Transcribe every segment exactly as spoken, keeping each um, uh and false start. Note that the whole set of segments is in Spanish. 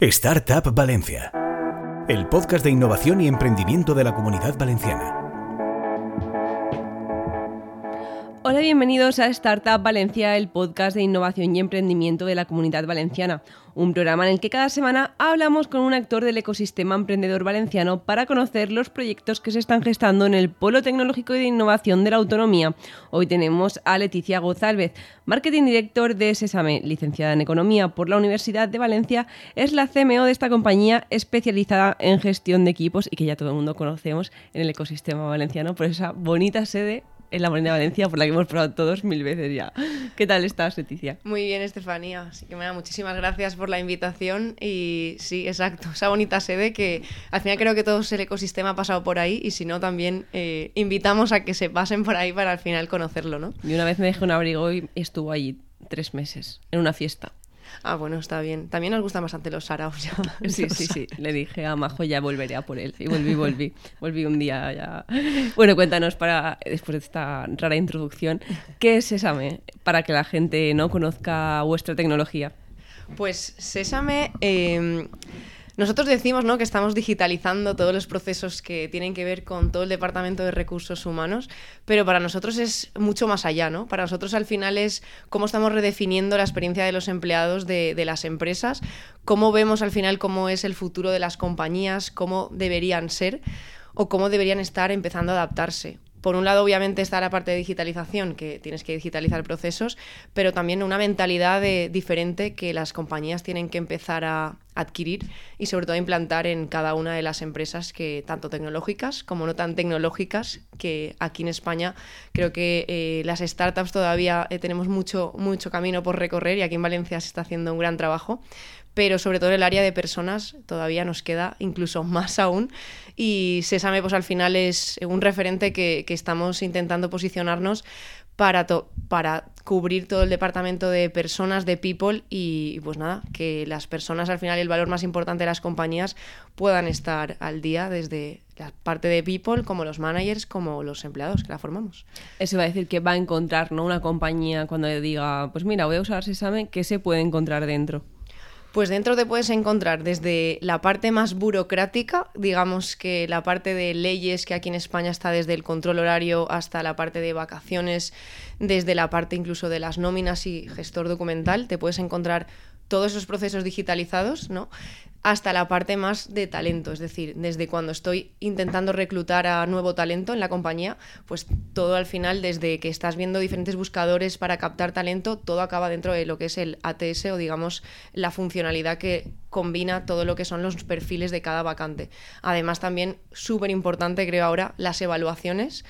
Startup Valencia, el podcast de innovación y emprendimiento de la Comunidad Valenciana. Hola, bienvenidos a Startup Valencia, el podcast de innovación y emprendimiento de la Comunidad Valenciana, un programa en el que cada semana hablamos con un actor del ecosistema emprendedor valenciano para conocer los proyectos que se están gestando en el Polo Tecnológico y de Innovación de la Autonomía. Hoy tenemos a Leticia González, Marketing Director de Sésame, licenciada en Economía por la Universidad de Valencia, es la C M O de esta compañía especializada en gestión de equipos y que ya todo el mundo conocemos en el ecosistema valenciano por esa bonita sede en la Molina de Valencia, por la que hemos probado todos mil veces ya. ¿Qué tal estás, Leticia? Muy bien, Estefanía. Así que, mira, muchísimas gracias por la invitación. Y sí, exacto, esa bonita sede que al final creo que todo el ecosistema ha pasado por ahí y si no, también eh, invitamos a que se pasen por ahí para al final conocerlo, ¿no? Y una vez me dejé un abrigo y estuvo allí tres meses, en una fiesta. Ah, bueno, está bien. También nos gustan bastante los saraos ya. Sí, sí, sí. Le dije a Majo, ya volveré a por él. Y volví, volví. Volví un día ya. Bueno, cuéntanos, para después de esta rara introducción, ¿qué es Sésame? Para que la gente no conozca vuestra tecnología. Pues Sésame... Eh... Nosotros decimos, ¿no?, que estamos digitalizando todos los procesos que tienen que ver con todo el departamento de recursos humanos, pero para nosotros es mucho más allá, ¿no? Para nosotros al final es cómo estamos redefiniendo la experiencia de los empleados de, de las empresas, cómo vemos al final cómo es el futuro de las compañías, cómo deberían ser o cómo deberían estar empezando a adaptarse. Por un lado, obviamente, está la parte de digitalización, que tienes que digitalizar procesos, pero también una mentalidad de, diferente que las compañías tienen que empezar a adquirir y sobre todo a implantar en cada una de las empresas, que tanto tecnológicas como no tan tecnológicas, que aquí en España creo que eh, las startups todavía eh, tenemos mucho, mucho camino por recorrer y aquí en Valencia se está haciendo un gran trabajo. Pero sobre todo en el área de personas todavía nos queda incluso más aún y Sésame pues al final es un referente que, que estamos intentando posicionarnos para, to- para cubrir todo el departamento de personas, de people y pues nada, que las personas al final, el valor más importante de las compañías, puedan estar al día desde la parte de people como los managers, como los empleados que la formamos. Eso va a decir que va a encontrar, ¿no?, una compañía cuando diga, pues mira, voy a usar Sésame, ¿qué se puede encontrar dentro? Pues dentro te puedes encontrar desde la parte más burocrática, digamos que la parte de leyes, que aquí en España está desde el control horario hasta la parte de vacaciones, desde la parte incluso de las nóminas y gestor documental, te puedes encontrar todos esos procesos digitalizados, ¿no?, hasta la parte más de talento, es decir, desde cuando estoy intentando reclutar a nuevo talento en la compañía, pues todo al final, desde que estás viendo diferentes buscadores para captar talento, todo acaba dentro de lo que es el A T S o digamos la funcionalidad que combina todo lo que son los perfiles de cada vacante. Además también, súper importante creo ahora, las evaluaciones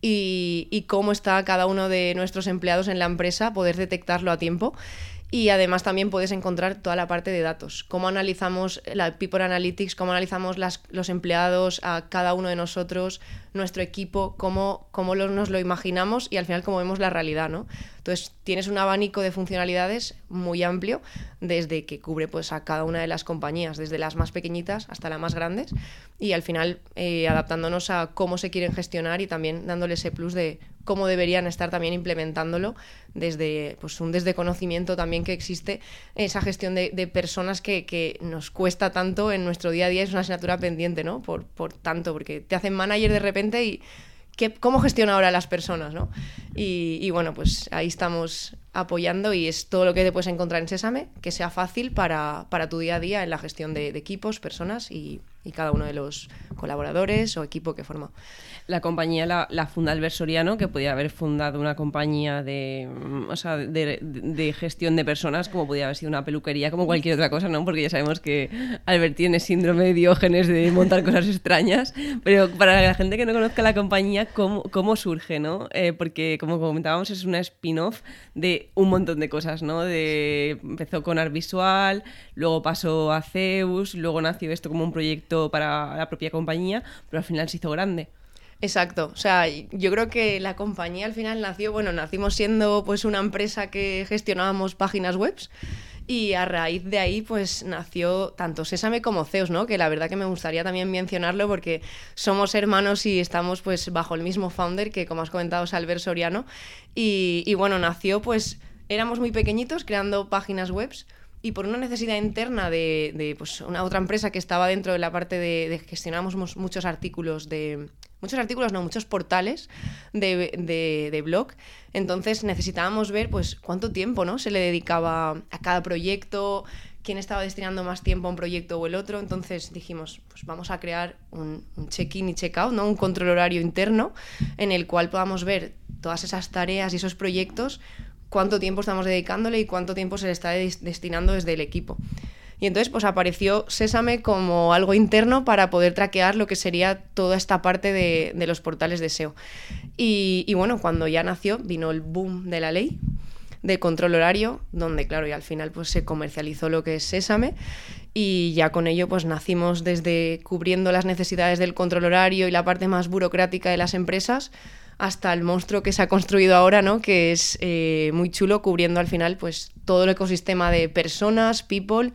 y, y cómo está cada uno de nuestros empleados en la empresa, poder detectarlo a tiempo. Y además también puedes encontrar toda la parte de datos, cómo analizamos la People Analytics, cómo analizamos las, los empleados, a cada uno de nosotros, nuestro equipo, cómo, cómo lo, nos lo imaginamos y al final cómo vemos la realidad, ¿no? Entonces tienes un abanico de funcionalidades muy amplio desde que cubre pues a cada una de las compañías, desde las más pequeñitas hasta las más grandes y al final eh, adaptándonos a cómo se quieren gestionar y también dándole ese plus de cómo deberían estar también implementándolo desde pues un desde conocimiento también que existe esa gestión de, de personas que, que nos cuesta tanto en nuestro día a día, es una asignatura pendiente, ¿no? Por, por tanto, porque te hacen manager de repente y ¿qué, ¿cómo gestiona ahora a las personas, ¿no? Y, y bueno, pues ahí estamos apoyando y es todo lo que te puedes encontrar en Sésame, que sea fácil para, para tu día a día en la gestión de, de equipos, personas y, y cada uno de los colaboradores o equipo que forma. La compañía la, la funda Albert Soriano, que podía haber fundado una compañía de, o sea, de, de, de gestión de personas, como podía haber sido una peluquería, como cualquier otra cosa, ¿no? Porque ya sabemos que Albert tiene síndrome de Diógenes de montar cosas extrañas, pero para la gente que no conozca la compañía, ¿cómo, cómo surge, ¿no? Eh, porque, como comentábamos, es una spin-off de un montón de cosas, ¿no? De, empezó con Art Visual, luego pasó a Zeus, luego nació esto como un proyecto para la propia compañía, pero al final se hizo grande. Exacto, o sea, yo creo que la compañía al final nació, bueno, nacimos siendo pues una empresa que gestionábamos páginas web y a raíz de ahí pues nació tanto Sésame como Zeus, ¿no? Que la verdad que me gustaría también mencionarlo porque somos hermanos y estamos pues bajo el mismo founder que, como has comentado, es Albert Soriano y, y bueno, nació pues, éramos muy pequeñitos creando páginas web y por una necesidad interna de, de pues, una otra empresa que estaba dentro de la parte de, de gestionamos muchos artículos de... Muchos artículos, no, muchos portales de, de, de blog. Entonces necesitábamos ver pues cuánto tiempo, ¿no?, se le dedicaba a cada proyecto, quién estaba destinando más tiempo a un proyecto o el otro. Entonces dijimos, pues vamos a crear un, un check-in y check-out, ¿no?, un control horario interno en el cual podamos ver todas esas tareas y esos proyectos, cuánto tiempo estamos dedicándole y cuánto tiempo se le está des- destinando desde el equipo. Y entonces pues apareció Sésame como algo interno para poder traquear lo que sería toda esta parte de, de los portales de S E O. Y, y bueno, cuando ya nació, vino el boom de la ley de control horario, donde claro, y al final pues se comercializó lo que es Sésame, y ya con ello pues nacimos desde cubriendo las necesidades del control horario y la parte más burocrática de las empresas, hasta el monstruo que se ha construido ahora, ¿no?, que es eh, muy chulo, cubriendo al final pues todo el ecosistema de personas, people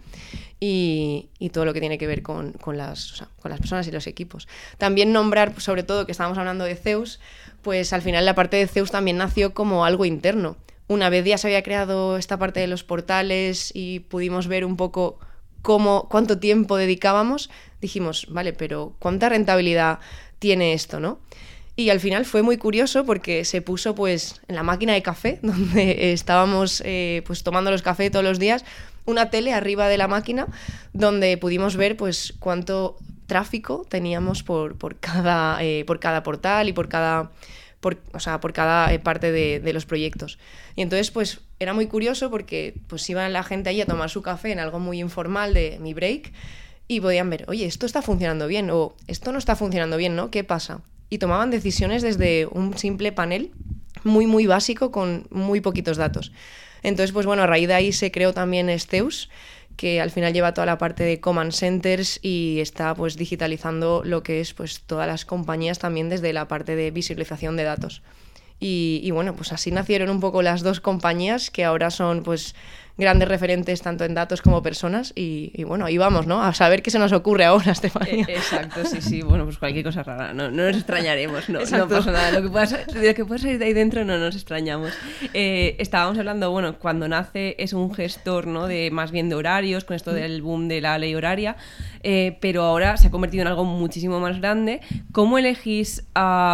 y, y todo lo que tiene que ver con, con, las, o sea, con las personas y los equipos. También nombrar, sobre todo, que estábamos hablando de Zeus, pues al final la parte de Zeus también nació como algo interno. Una vez ya se había creado esta parte de los portales y pudimos ver un poco cómo, cuánto tiempo dedicábamos, dijimos, vale, pero ¿cuánta rentabilidad tiene esto, no? Y al final fue muy curioso porque se puso pues en la máquina de café, donde estábamos eh, pues tomando los cafés todos los días, una tele arriba de la máquina donde pudimos ver pues cuánto tráfico teníamos por, por, cada, eh, por cada portal y por cada, por, o sea, por cada eh, parte de, de los proyectos. Y entonces pues era muy curioso porque pues iba la gente ahí a tomar su café en algo muy informal de mi break y podían ver, oye, esto está funcionando bien o esto no está funcionando bien, ¿no? ¿Qué pasa? Y tomaban decisiones desde un simple panel muy, muy básico con muy poquitos datos. Entonces, pues bueno, a raíz de ahí se creó también Zeus, que al final lleva toda la parte de command centers y está pues digitalizando lo que es pues todas las compañías también desde la parte de visualización de datos. Y, y bueno, pues así nacieron un poco las dos compañías que ahora son pues grandes referentes tanto en datos como personas y, y bueno, ahí vamos, ¿no? A saber qué se nos ocurre ahora, Estefanía. Eh, exacto, sí, sí, bueno, pues cualquier cosa rara, no, no nos extrañaremos, no, no pasa nada, lo que, pueda, lo que pueda salir de ahí dentro no nos extrañamos. Eh, estábamos hablando, bueno, cuando nace es un gestor, ¿no?, de más bien de horarios, con esto del boom de la ley horaria, eh, pero ahora se ha convertido en algo muchísimo más grande. ¿Cómo elegís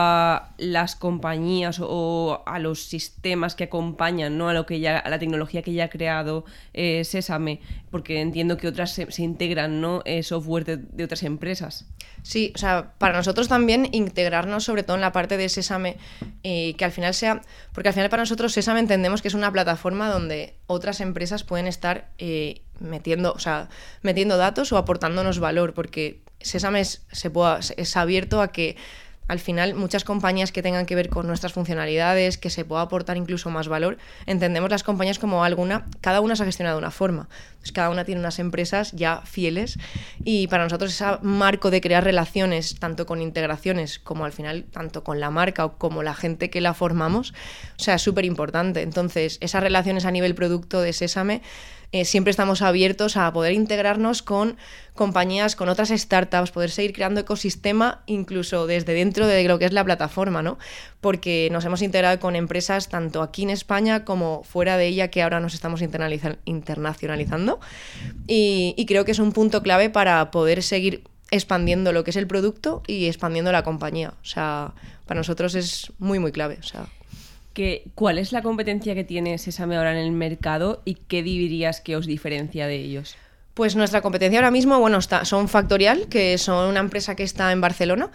a las compañías o a los sistemas que acompañan, ¿no?, a lo que ya, a la tecnología que ya ha creado Eh, Sésame? Porque entiendo que otras se, se integran, ¿no?, eh, software de, de otras empresas. Sí, o sea, para nosotros también integrarnos sobre todo en la parte de Sésame, eh, que al final sea, porque al final para nosotros Sésame entendemos que es una plataforma donde otras empresas pueden estar eh, metiendo, o sea, metiendo datos o aportándonos valor, porque Sésame es, se pueda, es abierto a que al final muchas compañías que tengan que ver con nuestras funcionalidades, que se pueda aportar incluso más valor, entendemos las compañías como alguna, cada una se ha gestionado de una forma. Entonces, cada una tiene unas empresas ya fieles y para nosotros ese marco de crear relaciones, tanto con integraciones como al final, tanto con la marca o como la gente que la formamos, o sea, es súper importante. Entonces, esas relaciones a nivel producto de Sésame, Eh, siempre estamos abiertos a poder integrarnos con compañías, con otras startups, poder seguir creando ecosistema incluso desde dentro de lo que es la plataforma, ¿no? Porque nos hemos integrado con empresas tanto aquí en España como fuera de ella, que ahora nos estamos internaliza- internacionalizando y, y creo que es un punto clave para poder seguir expandiendo lo que es el producto y expandiendo la compañía. O sea, para nosotros es muy, muy clave, o sea... Que, ¿cuál es la competencia que tiene Sésame ahora en el mercado y qué dirías que os diferencia de ellos? Pues nuestra competencia ahora mismo, bueno, está, son Factorial, que son una empresa que está en Barcelona,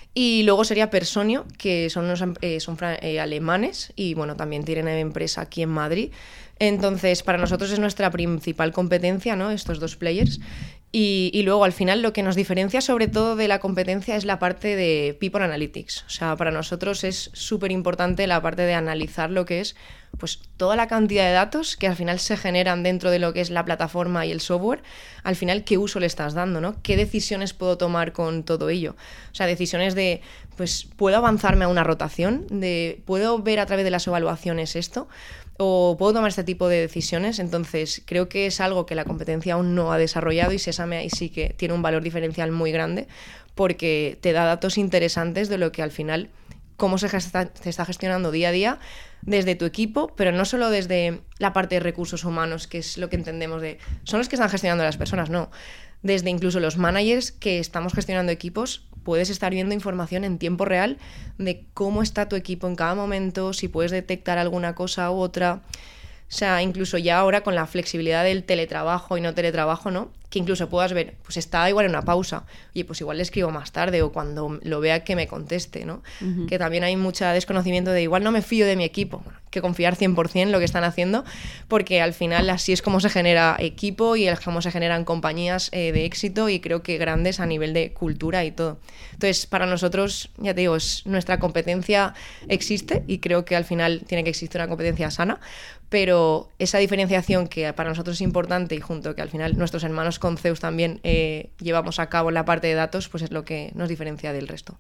y luego sería Personio, que son, unos, eh, son eh, alemanes y bueno, también tienen empresa aquí en Madrid. Entonces, para nosotros es nuestra principal competencia, ¿no?, estos dos players. Y, y luego, al final, lo que nos diferencia sobre todo de la competencia es la parte de People Analytics. O sea, para nosotros es súper importante la parte de analizar lo que es pues toda la cantidad de datos que al final se generan dentro de lo que es la plataforma y el software. Al final, ¿qué uso le estás dando, ¿no? ¿Qué decisiones puedo tomar con todo ello? O sea, decisiones de, pues, ¿puedo avanzarme a una rotación? De, ¿puedo ver a través de las evaluaciones esto? ¿O puedo tomar este tipo de decisiones? Entonces, creo que es algo que la competencia aún no ha desarrollado y Sésame ahí sí que tiene un valor diferencial muy grande porque te da datos interesantes de lo que al final cómo se, gesta, se está gestionando día a día desde tu equipo, pero no solo desde la parte de recursos humanos, que es lo que entendemos de... Son los que están gestionando a las personas, no. Desde incluso los managers que estamos gestionando equipos, puedes estar viendo información en tiempo real de cómo está tu equipo en cada momento, si puedes detectar alguna cosa u otra. O sea, incluso ya ahora con la flexibilidad del teletrabajo y no teletrabajo, ¿no? Que incluso puedas ver, pues está igual en una pausa. Oye, pues igual le escribo más tarde o cuando lo vea que me conteste, ¿no? Uh-huh. Que también hay mucho desconocimiento de igual no me fío de mi equipo. Bueno, que confiar cien por ciento en lo que están haciendo, porque al final así es como se genera equipo y es como se generan compañías eh, de éxito y creo que grandes a nivel de cultura y todo. Entonces, para nosotros, ya te digo, es, nuestra competencia existe y creo que al final tiene que existir una competencia sana, pero esa diferenciación que para nosotros es importante y junto que al final nuestros hermanos con Zeus también eh, llevamos a cabo en la parte de datos, pues es lo que nos diferencia del resto.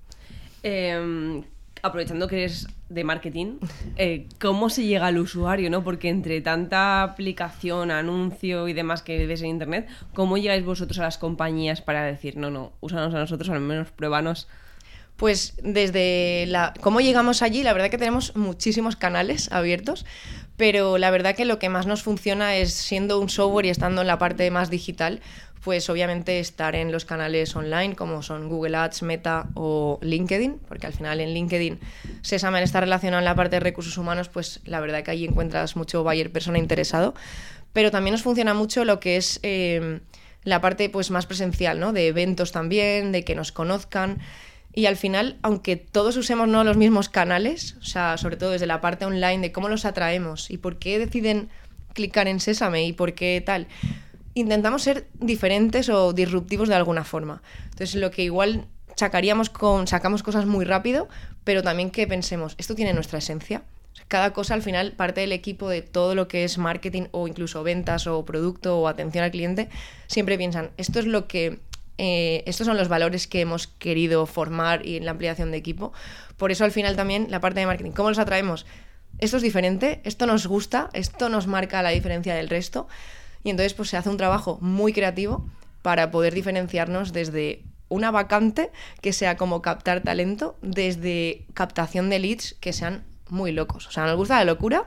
Eh, aprovechando que eres de marketing, eh, ¿cómo se llega al usuario, ¿no? Porque entre tanta aplicación, anuncio y demás que ves en internet, ¿cómo llegáis vosotros a las compañías para decir, no, no, úsanos a nosotros, al menos pruébanos? Pues desde la... ¿Cómo llegamos allí? La verdad que tenemos muchísimos canales abiertos, pero la verdad que lo que más nos funciona es, siendo un software y estando en la parte más digital, pues obviamente estar en los canales online como son Google Ads, Meta o LinkedIn, porque al final en LinkedIn Sesame está relacionado en la parte de recursos humanos, pues la verdad que ahí encuentras mucho buyer persona interesado, pero también nos funciona mucho lo que es eh, la parte pues más presencial, ¿no? De eventos también, de que nos conozcan. Y al final, aunque todos usemos no los mismos canales, o sea, sobre todo desde la parte online de cómo los atraemos y por qué deciden clicar en Sesame y por qué tal, intentamos ser diferentes o disruptivos de alguna forma. Entonces, lo que igual sacaríamos con, sacamos cosas muy rápido, pero también que pensemos, esto tiene nuestra esencia. O sea, cada cosa al final, parte del equipo de todo lo que es marketing o incluso ventas o producto o atención al cliente, siempre piensan, esto es lo que... Eh, estos son los valores que hemos querido formar y en la ampliación de equipo. Por eso al final también la parte de marketing, ¿cómo los atraemos? Esto es diferente, esto nos gusta, esto nos marca la diferencia del resto y entonces pues se hace un trabajo muy creativo para poder diferenciarnos desde una vacante que sea como captar talento, desde captación de leads que sean muy locos. O sea, nos gusta la locura.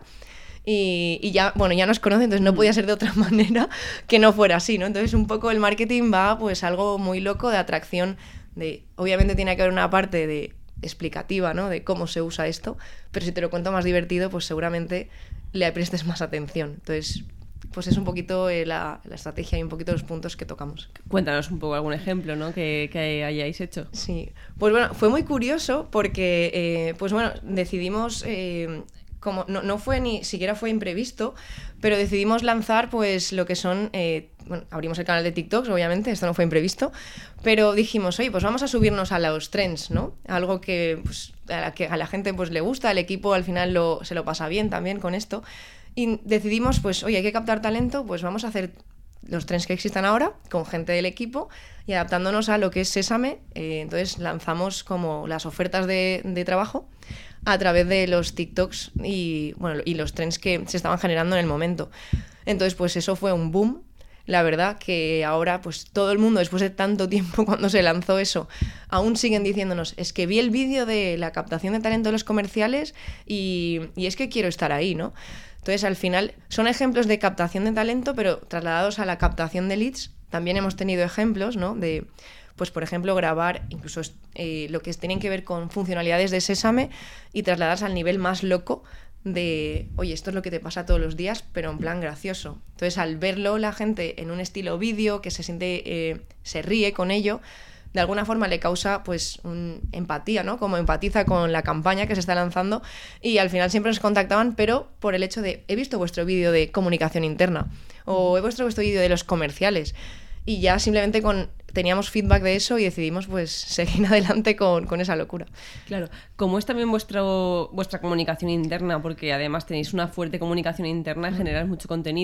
Y, y ya, bueno, ya nos conocen, entonces no podía ser de otra manera que no fuera así, ¿no? Entonces un poco el marketing va pues algo muy loco de atracción, de obviamente tiene que haber una parte de explicativa, ¿no? De cómo se usa esto, pero si te lo cuento más divertido, pues seguramente le prestes más atención. Entonces, pues es un poquito eh, la, la estrategia y un poquito los puntos que tocamos. Cuéntanos un poco algún ejemplo, ¿no? que, que hayáis hecho. Sí, pues bueno, fue muy curioso porque, eh, pues bueno, decidimos... Eh, Como no, no fue ni siquiera fue imprevisto, pero decidimos lanzar pues lo que son, eh, bueno, abrimos el canal de TikToks, obviamente, esto no fue imprevisto, pero dijimos, oye, pues vamos a subirnos a los trends, ¿no? Algo que, pues, a, la, que a la gente pues le gusta, el equipo al final lo, se lo pasa bien también con esto, y decidimos, pues, oye, hay que captar talento, pues vamos a hacer los trends que existan ahora con gente del equipo y adaptándonos a lo que es Sesame, eh, entonces lanzamos como las ofertas de, de trabajo a través de los TikToks y, bueno, y los trends que se estaban generando en el momento. Entonces, pues eso fue un boom. La verdad que ahora, pues todo el mundo, después de tanto tiempo cuando se lanzó eso, aún siguen diciéndonos, es que vi el vídeo de la captación de talento de los comerciales y, y es que quiero estar ahí, ¿no? Entonces, al final, son ejemplos de captación de talento, pero trasladados a la captación de leads. También hemos tenido ejemplos, ¿no? De... pues por ejemplo grabar incluso eh, lo que tienen que ver con funcionalidades de Sesame y trasladarse al nivel más loco de, oye, esto es lo que te pasa todos los días, pero en plan gracioso. Entonces al verlo la gente en un estilo vídeo, que se siente, eh, se ríe con ello, de alguna forma le causa pues un empatía, ¿no? Como empatiza con la campaña que se está lanzando y al final siempre nos contactaban, pero por el hecho de, he visto vuestro vídeo de comunicación interna o he visto vuestro vídeo de los comerciales. Y ya simplemente con teníamos feedback de eso y decidimos pues seguir adelante con, con esa locura. Claro, ¿cómo es también vuestro, vuestra comunicación interna? Porque además tenéis una fuerte comunicación interna, generáis mucho contenido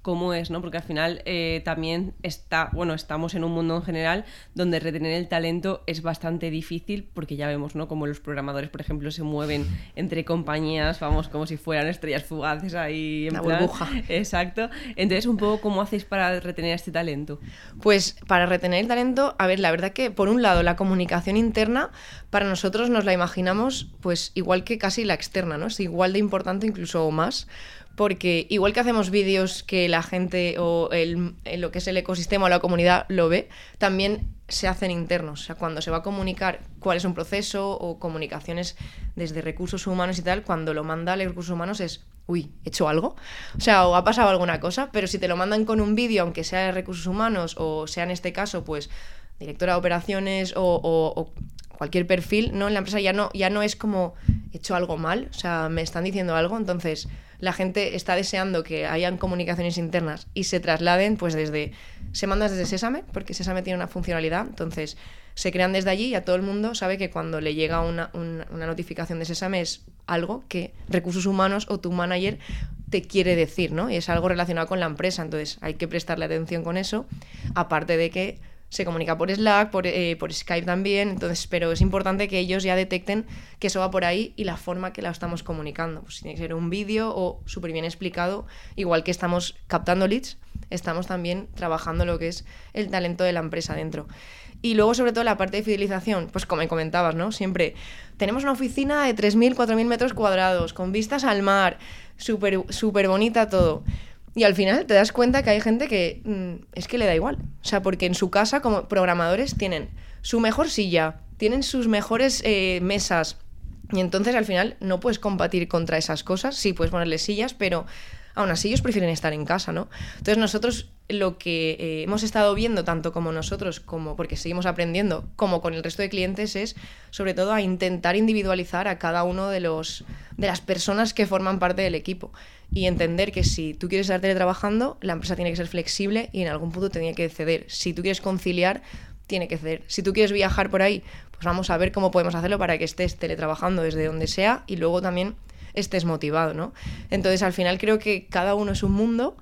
cómo es, ¿no? Porque al final eh, también está, bueno, estamos en un mundo en general donde retener el talento es bastante difícil, porque ya vemos, ¿no? Como los programadores, por ejemplo, se mueven entre compañías, vamos, como si fueran estrellas fugaces ahí en Una plan. burbuja. Exacto. Entonces, un poco, ¿cómo hacéis para retener este talento? Pues para retener el talento, a ver, la verdad que por un lado la comunicación interna para nosotros nos la imaginamos pues igual que casi la externa, ¿no? Es igual de importante, incluso más, porque igual que hacemos vídeos que la gente o el, el, lo que es el ecosistema o la comunidad lo ve, también se hacen internos. O sea, cuando se va a comunicar cuál es un proceso o comunicaciones desde recursos humanos y tal, cuando lo manda a los recursos humanos es, uy, ¿he hecho algo? O sea, o ha pasado alguna cosa, pero si te lo mandan con un vídeo, aunque sea de recursos humanos o sea en este caso, pues, directora de operaciones o, o, o cualquier perfil, ¿no? En la empresa ya no, ya no es como, he hecho algo mal, o sea, me están diciendo algo, entonces la gente está deseando que hayan comunicaciones internas y se trasladen, pues desde, se manda desde Sésame, porque Sésame tiene una funcionalidad, entonces se crean desde allí y a todo el mundo sabe que cuando le llega una, una, una notificación de Sésame es algo que recursos humanos o tu manager te quiere decir, ¿no? Y es algo relacionado con la empresa, entonces hay que prestarle atención con eso, aparte de que se comunica por Slack, por, eh, por Skype también, entonces, pero es importante que ellos ya detecten que eso va por ahí y la forma que la estamos comunicando. Pues tiene que ser un vídeo o súper bien explicado, igual que estamos captando leads, estamos también trabajando lo que es el talento de la empresa dentro. Y luego, sobre todo, la parte de fidelización, pues como me comentabas, ¿no? Siempre tenemos una oficina de tres mil, cuatro mil metros cuadrados, con vistas al mar, súper súper bonita todo. Y al final te das cuenta que hay gente que mmm, es que le da igual. O sea, porque en su casa, como programadores, tienen su mejor silla, tienen sus mejores eh, mesas. Y entonces, al final, no puedes combatir contra esas cosas. Sí, puedes ponerles sillas, pero aún así ellos prefieren estar en casa, ¿no? Entonces, nosotros lo que eh, hemos estado viendo, tanto como nosotros, como porque seguimos aprendiendo, como con el resto de clientes, es sobre todo a intentar individualizar a cada uno de los de las personas que forman parte del equipo y entender que si tú quieres estar teletrabajando, la empresa tiene que ser flexible y en algún punto tiene que ceder. Si tú quieres conciliar, tiene que ceder. Si tú quieres viajar por ahí, pues vamos a ver cómo podemos hacerlo para que estés teletrabajando desde donde sea y luego también estés motivado, ¿no? Entonces, al final creo que cada uno es un mundo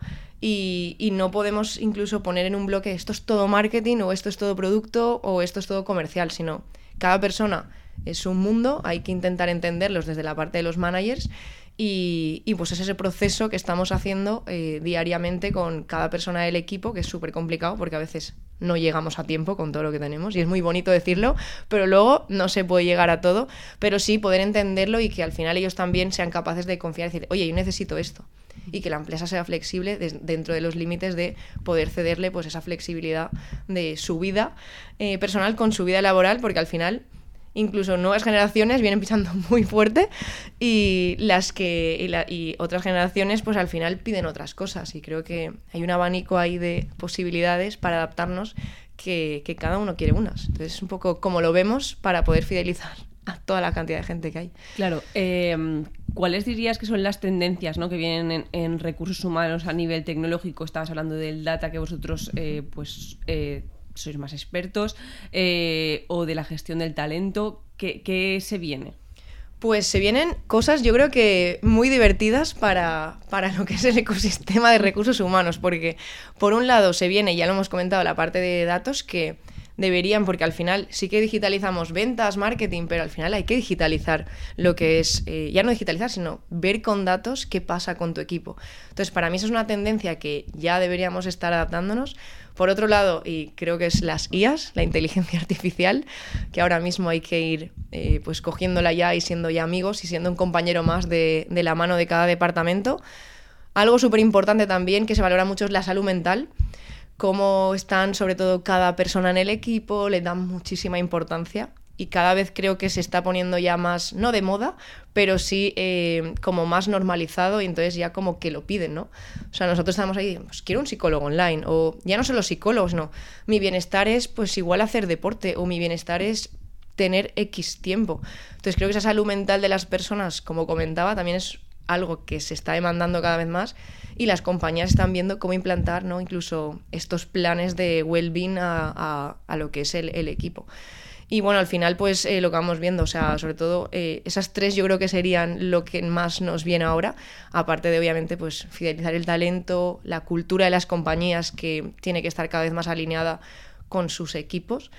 y, y no podemos incluso poner en un bloque esto es todo marketing o esto es todo producto o esto es todo comercial, sino cada persona es un mundo, hay que intentar entenderlos desde la parte de los managers y, y pues es ese proceso que estamos haciendo eh, diariamente con cada persona del equipo, que es súper complicado porque a veces no llegamos a tiempo con todo lo que tenemos y es muy bonito decirlo, pero luego no se puede llegar a todo, pero sí poder entenderlo y que al final ellos también sean capaces de confiar y decir, oye, yo necesito esto, y que la empresa sea flexible de, dentro de los límites de poder cederle pues esa flexibilidad de su vida eh, personal con su vida laboral, porque al final incluso nuevas generaciones vienen pisando muy fuerte y las que y, la, y otras generaciones pues al final piden otras cosas y creo que hay un abanico ahí de posibilidades para adaptarnos que, que cada uno quiere unas. Entonces es un poco como lo vemos para poder fidelizar a toda la cantidad de gente que hay. Claro, eh, ¿cuáles dirías que son las tendencias, ¿no? que vienen en, en recursos humanos a nivel tecnológico? Estabas hablando del data que vosotros eh, pues eh, sois más expertos, eh, o de la gestión del talento. ¿Qué, qué se viene? Pues se vienen cosas, yo creo que muy divertidas para, para lo que es el ecosistema de recursos humanos, porque por un lado se viene, ya lo hemos comentado, la parte de datos que deberían, porque al final sí que digitalizamos ventas, marketing, pero al final hay que digitalizar lo que es, eh, ya no digitalizar, sino ver con datos qué pasa con tu equipo. Entonces, para mí eso es una tendencia que ya deberíamos estar adaptándonos. Por otro lado, y creo que es las I As, la inteligencia artificial, que ahora mismo hay que ir eh, pues cogiéndola ya y siendo ya amigos y siendo un compañero más de, de la mano de cada departamento. Algo súper importante también que se valora mucho es la salud mental. Cómo están sobre todo cada persona en el equipo, le dan muchísima importancia y cada vez creo que se está poniendo ya más, no de moda, pero sí eh, como más normalizado y entonces ya como que lo piden, ¿no? O sea, nosotros estamos ahí, pues quiero un psicólogo online, o ya no solo psicólogos, no, mi bienestar es pues igual hacer deporte, o mi bienestar es tener X tiempo. Entonces creo que esa salud mental de las personas, como comentaba, también es algo que se está demandando cada vez más y las compañías están viendo cómo implantar, ¿no? Incluso estos planes de well-being a, a, a lo que es el, el equipo. Y bueno, al final pues eh, lo que vamos viendo, o sea, sobre todo eh, esas tres yo creo que serían lo que más nos viene ahora, aparte de obviamente pues fidelizar el talento, la cultura de las compañías que tiene que estar cada vez más alineada con sus equipos.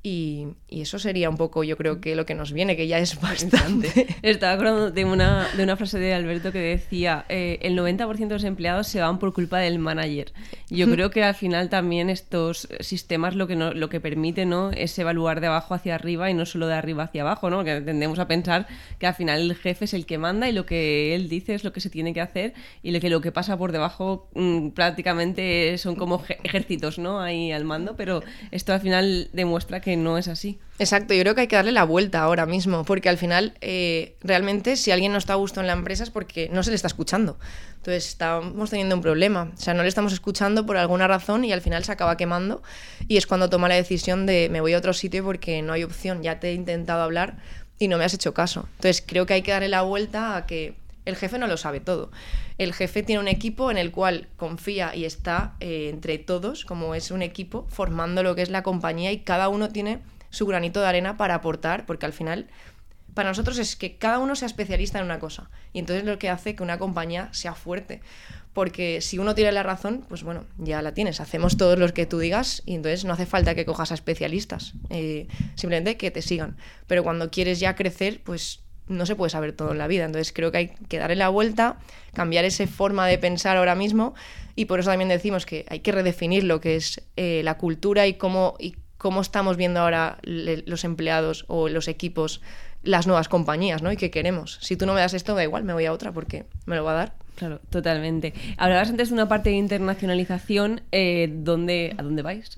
Y, y eso sería un poco, yo creo que lo que nos viene, que ya es bastante. Estaba acordando de una, de una frase de Alberto que decía eh, el noventa por ciento de los empleados se van por culpa del manager. Yo creo que al final también estos sistemas lo que, no, lo que permiten, ¿no?, es evaluar de abajo hacia arriba y no solo de arriba hacia abajo, ¿no? Que tendemos a pensar que al final el jefe es el que manda y lo que él dice es lo que se tiene que hacer y lo que, lo que pasa por debajo mmm, prácticamente son como ejércitos, ¿no?, ahí al mando, pero esto al final demuestra que no es así. Exacto, yo creo que hay que darle la vuelta ahora mismo, porque al final eh, realmente si alguien no está a gusto en la empresa es porque no se le está escuchando. Entonces estamos teniendo un problema, o sea, no le estamos escuchando por alguna razón y al final se acaba quemando y es cuando toma la decisión de me voy a otro sitio porque no hay opción, ya te he intentado hablar y no me has hecho caso. Entonces creo que hay que darle la vuelta a que el jefe no lo sabe todo. El jefe tiene un equipo en el cual confía y está eh, entre todos, como es un equipo, formando lo que es la compañía y cada uno tiene su granito de arena para aportar, porque al final para nosotros es que cada uno sea especialista en una cosa y entonces lo que hace que una compañía sea fuerte, porque si uno tiene la razón, pues bueno, ya la tienes, hacemos todos los que tú digas y entonces no hace falta que cojas a especialistas, eh, simplemente que te sigan, pero cuando quieres ya crecer, pues no se puede saber todo en la vida, entonces creo que hay que darle la vuelta, cambiar esa forma de pensar ahora mismo y por eso también decimos que hay que redefinir lo que es eh, la cultura y cómo, y cómo estamos viendo ahora le, los empleados o los equipos, las nuevas compañías, ¿no? Y qué queremos. Si tú no me das esto, da igual, me voy a otra porque me lo va a dar. Claro, totalmente. Hablabas antes de una parte de internacionalización, eh, ¿dónde, ¿a dónde vais?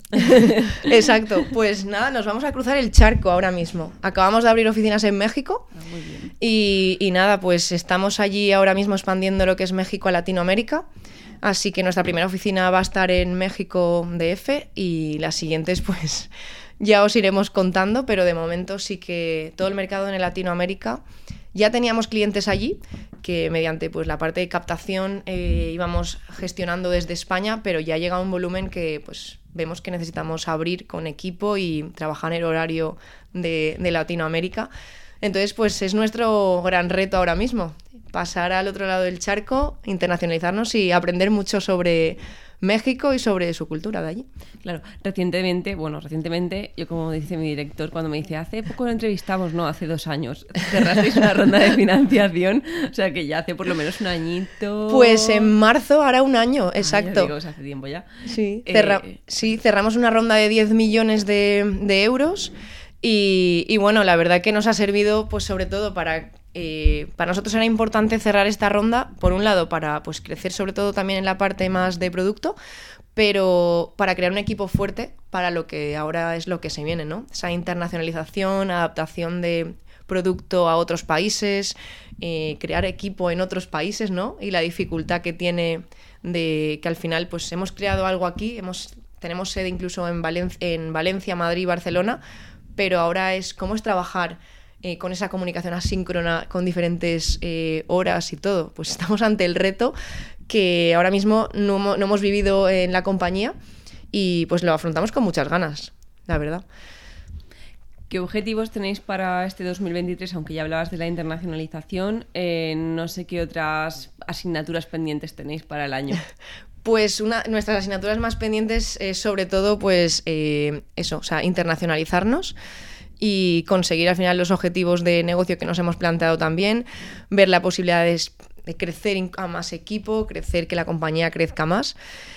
Exacto, pues nada, nos vamos a cruzar el charco ahora mismo. Acabamos de abrir oficinas en México ah, muy bien. Y, y nada, pues estamos allí ahora mismo expandiendo lo que es México a Latinoamérica. Así que nuestra primera oficina va a estar en México D F y las siguientes pues ya os iremos contando, pero de momento sí que todo el mercado en Latinoamérica ya teníamos clientes allí que mediante pues la parte de captación eh, íbamos gestionando desde España, pero ya llega un volumen que pues vemos que necesitamos abrir con equipo y trabajar en el horario de, de Latinoamérica. Entonces pues es nuestro gran reto ahora mismo, pasar al otro lado del charco, internacionalizarnos y aprender mucho sobre México y sobre su cultura de allí. Claro, recientemente, bueno, recientemente, yo como dice mi director, cuando me dice, hace poco lo entrevistamos, no, hace dos años, cerrasteis una ronda de financiación, o sea que ya hace por lo menos un añito. Pues en marzo hará un año, exacto. Ah, ya digo, o sea, hace tiempo ya. Sí, eh... cerra- sí, cerramos una ronda de diez millones de, de euros y, y bueno, la verdad que nos ha servido pues sobre todo para... Eh, para nosotros era importante cerrar esta ronda, por un lado para pues, crecer sobre todo también en la parte más de producto, pero para crear un equipo fuerte para lo que ahora es lo que se viene, ¿no? Esa internacionalización, adaptación de producto a otros países, eh, crear equipo en otros países, ¿no? Y la dificultad que tiene de que al final pues hemos creado algo aquí, hemos, tenemos sede incluso en, Valen- en Valencia, Madrid, Barcelona, pero ahora es cómo es trabajar Eh, con esa comunicación asíncrona con diferentes eh, horas y todo, pues estamos ante el reto que ahora mismo no, no hemos vivido en la compañía y pues lo afrontamos con muchas ganas, la verdad. ¿Qué objetivos tenéis para este dos mil veintitrés? Aunque ya hablabas de la internacionalización, eh, no sé qué otras asignaturas pendientes tenéis para el año. Pues una, nuestras asignaturas más pendientes es sobre todo pues eh, eso, o sea, internacionalizarnos y conseguir al final los objetivos de negocio que nos hemos planteado también, ver la posibilidad de, de crecer a más equipo, crecer, que la compañía crezca más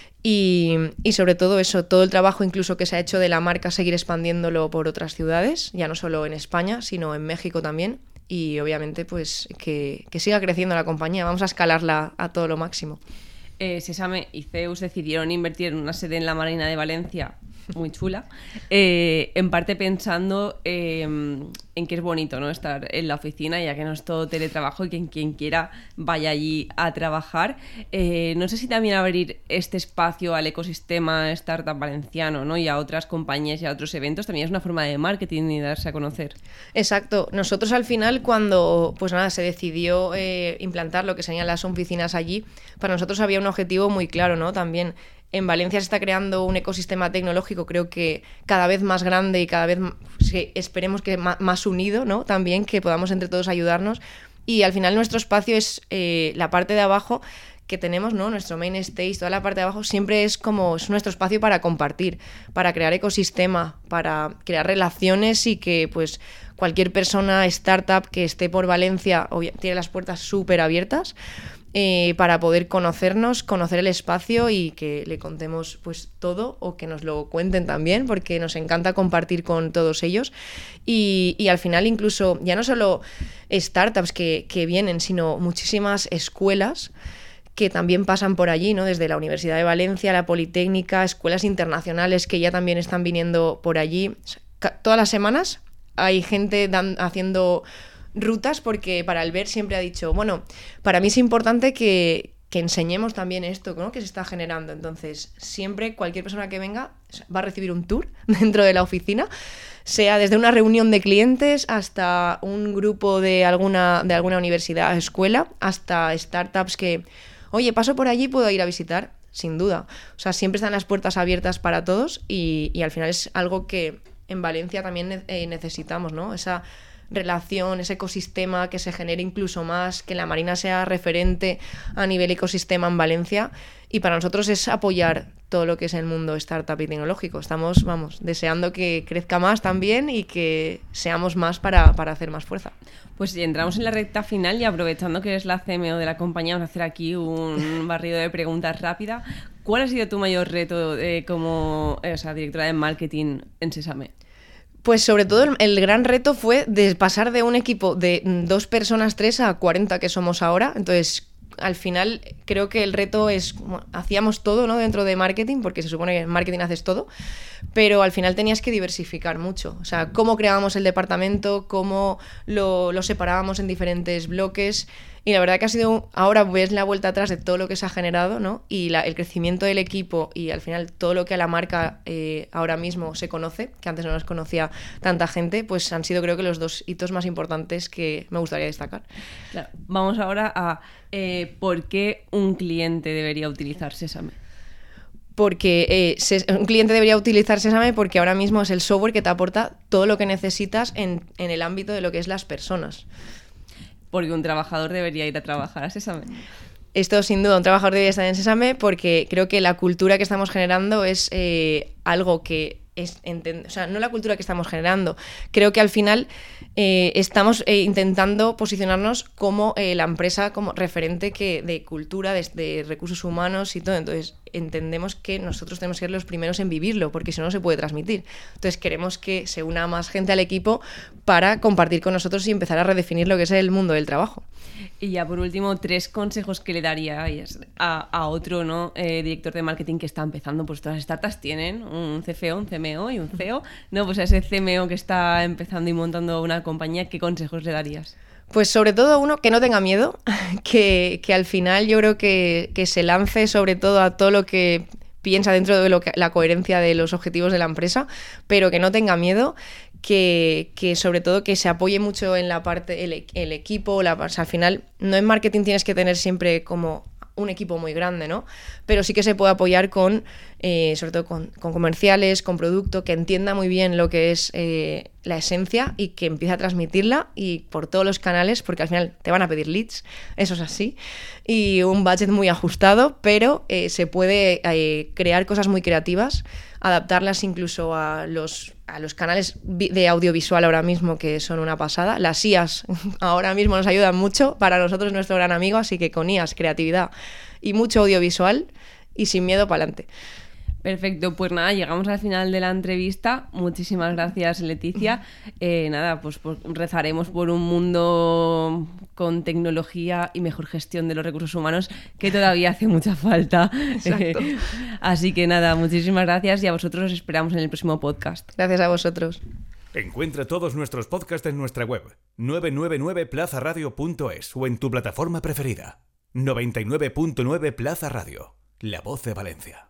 y, y sobre todo eso, todo el trabajo incluso que se ha hecho de la marca, seguir expandiéndolo por otras ciudades, ya no solo en España, sino en México también y obviamente pues que, que siga creciendo la compañía, vamos a escalarla a todo lo máximo. Eh, Sesame y Zeus decidieron invertir en una sede en la Marina de Valencia, muy chula, eh, en parte pensando eh, en que es bonito, ¿no?, estar en la oficina, ya que no es todo teletrabajo y que quien quiera vaya allí a trabajar. Eh, no sé si también abrir este espacio al ecosistema startup valenciano, ¿no?, y a otras compañías y a otros eventos también es una forma de marketing y darse a conocer. Exacto. Nosotros al final cuando pues nada se decidió eh, implantar lo que serían las oficinas allí, para nosotros había un objetivo muy claro, ¿no? También en Valencia se está creando un ecosistema tecnológico, creo que cada vez más grande y cada vez, sí, esperemos que más unido, ¿no? También, que podamos entre todos ayudarnos. Y al final nuestro espacio es eh, la parte de abajo que tenemos, ¿no? Nuestro main stage, toda la parte de abajo siempre es como es nuestro espacio para compartir, para crear ecosistema, para crear relaciones y que pues cualquier persona, startup que esté por Valencia tiene las puertas súper abiertas. Eh, para poder conocernos, conocer el espacio y que le contemos pues todo o que nos lo cuenten también, porque nos encanta compartir con todos ellos y, y al final incluso ya no solo startups que, que vienen, sino muchísimas escuelas que también pasan por allí, ¿no? Desde la Universidad de Valencia, la Politécnica, escuelas internacionales que ya también están viniendo por allí. Todas las semanas hay gente dan, haciendo rutas, porque para Albert siempre ha dicho, bueno, para mí es importante que, que enseñemos también esto, ¿no? Que se está generando. Entonces, siempre cualquier persona que venga va a recibir un tour dentro de la oficina, sea desde una reunión de clientes hasta un grupo de alguna, de alguna universidad o escuela, hasta startups que, oye, paso por allí, puedo ir a visitar, sin duda. O sea, siempre están las puertas abiertas para todos y, y al final es algo que en Valencia también eh, necesitamos, ¿no? Esa relación, ese ecosistema, que se genere incluso más, que la Marina sea referente a nivel ecosistema en Valencia, y para nosotros es apoyar todo lo que es el mundo startup y tecnológico. Estamos, vamos, deseando que crezca más también y que seamos más para, para hacer más fuerza. Pues si entramos en la recta final y aprovechando que eres la C M O de la compañía, vamos a hacer aquí un barrido de preguntas rápida. ¿Cuál ha sido tu mayor reto eh, como eh, o sea, directora de marketing en Sésame? Pues sobre todo el, el gran reto fue de pasar de un equipo de dos personas, tres, a cuarenta que somos ahora. Entonces, al final creo que el reto es, bueno, hacíamos todo, ¿no? Dentro de marketing, porque se supone que en marketing haces todo, pero al final tenías que diversificar mucho. O sea, cómo creábamos el departamento, cómo lo, lo separábamos en diferentes bloques. Y la verdad que ha sido, ahora ves la vuelta atrás de todo lo que se ha generado, ¿no? Y la, el crecimiento del equipo y al final todo lo que a la marca eh, ahora mismo se conoce, que antes no nos conocía tanta gente, pues han sido creo que los dos hitos más importantes que me gustaría destacar. Claro. Vamos ahora a eh, ¿por qué un cliente debería utilizar Sésame? Porque eh, un cliente debería utilizar Sésame porque ahora mismo es el software que te aporta todo lo que necesitas en, en el ámbito de lo que es las personas. Porque un trabajador debería ir a trabajar a Sésame. Esto sin duda, un trabajador debería estar en Sésame porque creo que la cultura que estamos generando es eh, algo que es, enten- o sea, no la cultura que estamos generando. Creo que al final eh, estamos eh, intentando posicionarnos como eh, la empresa como referente que, de cultura, de, de recursos humanos y todo. Entonces entendemos que nosotros tenemos que ser los primeros en vivirlo, porque si no, no se puede transmitir. Entonces queremos que se una más gente al equipo para compartir con nosotros y empezar a redefinir lo que es el mundo del trabajo. Y ya por último, tres consejos que le darías a, a otro, ¿no? eh, director de marketing que está empezando. Pues todas las startups tienen un C F O, un C M O y un C E O. No, pues a ese C M O que está empezando y montando una compañía, ¿qué consejos le darías? Pues sobre todo uno, que no tenga miedo, que, que al final yo creo que, que se lance sobre todo a todo lo que piensa dentro de lo que, la coherencia de los objetivos de la empresa, pero que no tenga miedo, que, que sobre todo que se apoye mucho en la parte, el, el equipo, la, o sea, al final no en marketing tienes que tener siempre como un equipo muy grande, ¿no? Pero sí que se puede apoyar con, eh, sobre todo con, con comerciales, con producto, que entienda muy bien lo que es eh, la esencia y que empiece a transmitirla y por todos los canales, porque al final te van a pedir leads, eso es así, y un budget muy ajustado, pero eh, se puede eh, crear cosas muy creativas, adaptarlas incluso a los, a los canales de audiovisual ahora mismo, que son una pasada. Las I As ahora mismo nos ayudan mucho, para nosotros es nuestro gran amigo, así que con I As, creatividad y mucho audiovisual y sin miedo para adelante. Perfecto, pues nada, llegamos al final de la entrevista. Muchísimas gracias, Leticia. Eh, nada, pues, pues rezaremos por un mundo con tecnología y mejor gestión de los recursos humanos, que todavía hace mucha falta. Exacto. Eh, así que nada, muchísimas gracias y a vosotros os esperamos en el próximo podcast. Gracias a vosotros. Encuentra todos nuestros podcasts en nuestra web nueve nueve nueve plaza radio punto es o en tu plataforma preferida. noventa y nueve punto nueve Plaza Radio, la voz de Valencia.